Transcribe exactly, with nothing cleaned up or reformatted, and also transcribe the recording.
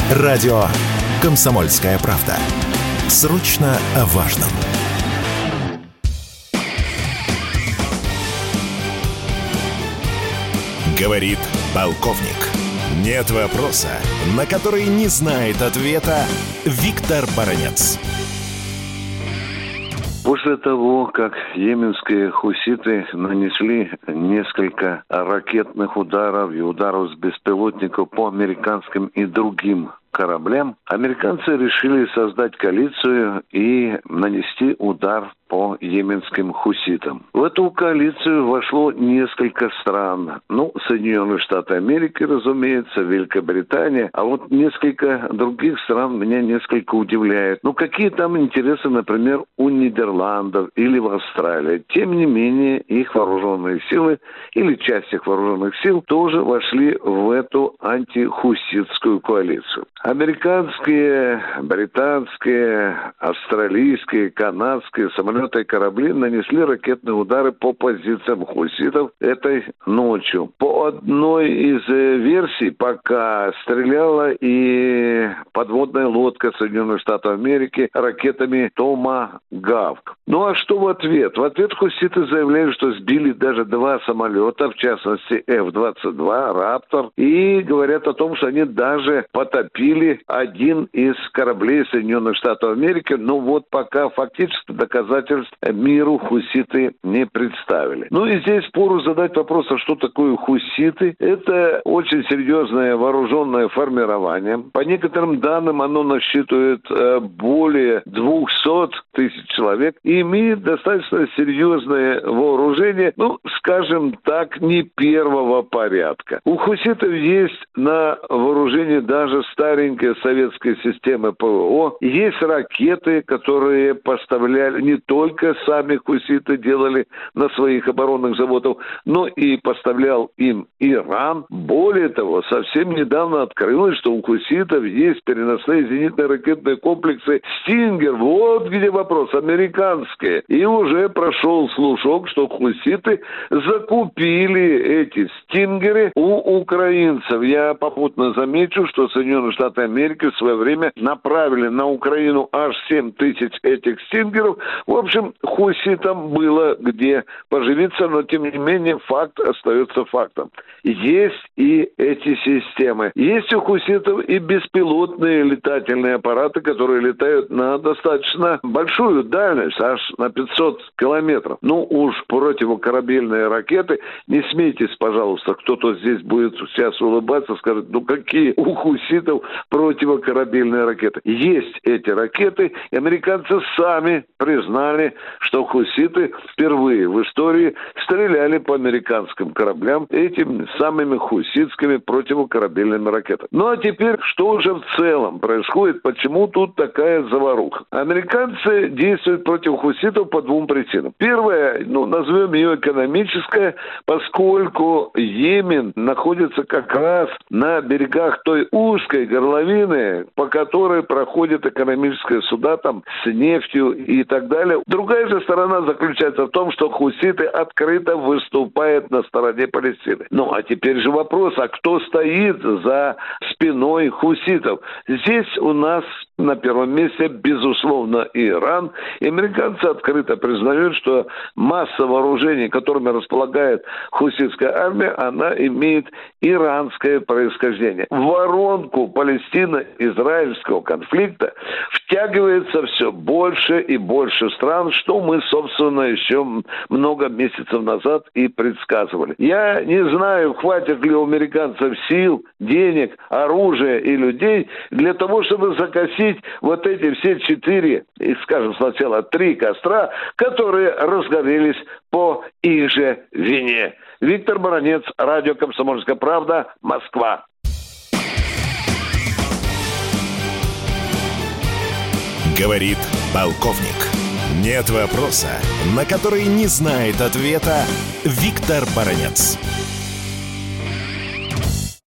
Радио «Комсомольская правда». Срочно о важном. Говорит полковник. Нет вопроса, на который не знает ответа Виктор Баранец. После того, как йеменские хуситы нанесли несколько ракетных ударов и ударов с беспилотников по американским и другим кораблям, американцы решили создать коалицию и нанести удар по йеменским хуситам. В эту коалицию вошло несколько стран. Ну, Соединенные Штаты Америки, разумеется, Великобритания, а вот несколько других стран меня несколько удивляют. Ну, какие там интересы, например, у Нидерландов или в Австралии? Тем не менее, их вооруженные силы или часть их вооруженных сил тоже вошли в эту антихуситскую коалицию. Американские, британские, австралийские, канадские самолеты и корабли нанесли ракетные удары по позициям хуситов этой ночью. По одной из версий пока стреляла и подводная лодка Соединенных Штатов Америки ракетами «Томагавк». Ну а что в ответ? В ответ хуситы заявляют, что сбили даже два самолета, в частности эф двадцать два «Раптор», и говорят о том, что они даже потопили один из кораблей Соединенных Штатов Америки, но вот пока фактически доказательств миру хуситы не представили. Ну и здесь пору задать вопрос, а что такое хуситы? Это очень серьезное вооруженное формирование. По некоторым данным оно насчитывает более двухсот тысяч человек и имеет достаточно серьезное вооружение, ну, скажем так, не первого порядка. У хуситов есть на вооружении даже старенькие советские системы ПВО, есть ракеты, которые поставляли не только сами хуситы делали на своих оборонных заводах, но и поставлял им Иран. Более того, совсем недавно открылось, что у хуситов есть переносные зенитные ракетные комплексы «Стингер». Вот где вопрос, американские. И уже прошел слушок, что хуситы закупили эти «Стингеры» у украинцев. Я попутно замечу, что Соединенные Штаты Америки в свое время направили на Украину аж семь тысяч этих «Стингеров». В общем, хуситам было где поживиться, но тем не менее факт остается фактом. Есть и эти системы. Есть у хуситов и беспилотные летательные аппараты, которые летают на достаточно большую дальность, аж на пятьсот километров. Ну уж противокорабельные ракеты, не смейтесь, пожалуйста, кто-то здесь будет сейчас улыбаться, скажет, ну какие у хуситов противокорабельные ракеты. Есть эти ракеты, и американцы сами признали, что хуситы впервые в истории стреляли по американским кораблям этими самыми хуситскими противокорабельными ракетами. Ну а теперь, что же в целом происходит? Почему тут такая заваруха? Американцы действуют против хуситов по двум причинам. Первая, ну, назовем ее экономическая, поскольку Йемен находится как раз на берегах той узкой горловины, по которой проходят экономические суда там с нефтью и так далее. Другая же сторона заключается в том, что хуситы открыто выступают на стороне Палестины. Ну, а теперь же вопрос, а кто стоит за спиной хуситов? Здесь у нас на первом месте, безусловно, Иран. И американцы открыто признают, что масса вооружений, которыми располагает хуситская армия, она имеет иранское происхождение. В воронку палестино-израильского конфликта втягивается все больше и больше стран, что мы, собственно, еще много месяцев назад и предсказывали. Я не знаю, хватит ли у американцев сил, денег, оружия и людей для того, чтобы закосить вот эти все четыре, и, скажем, сначала три костра, которые разгорелись по их же вине. Виктор Баранец, радио «Комсомольская правда», Москва. Говорит полковник. Нет вопроса, на который не знает ответа Виктор Баранец.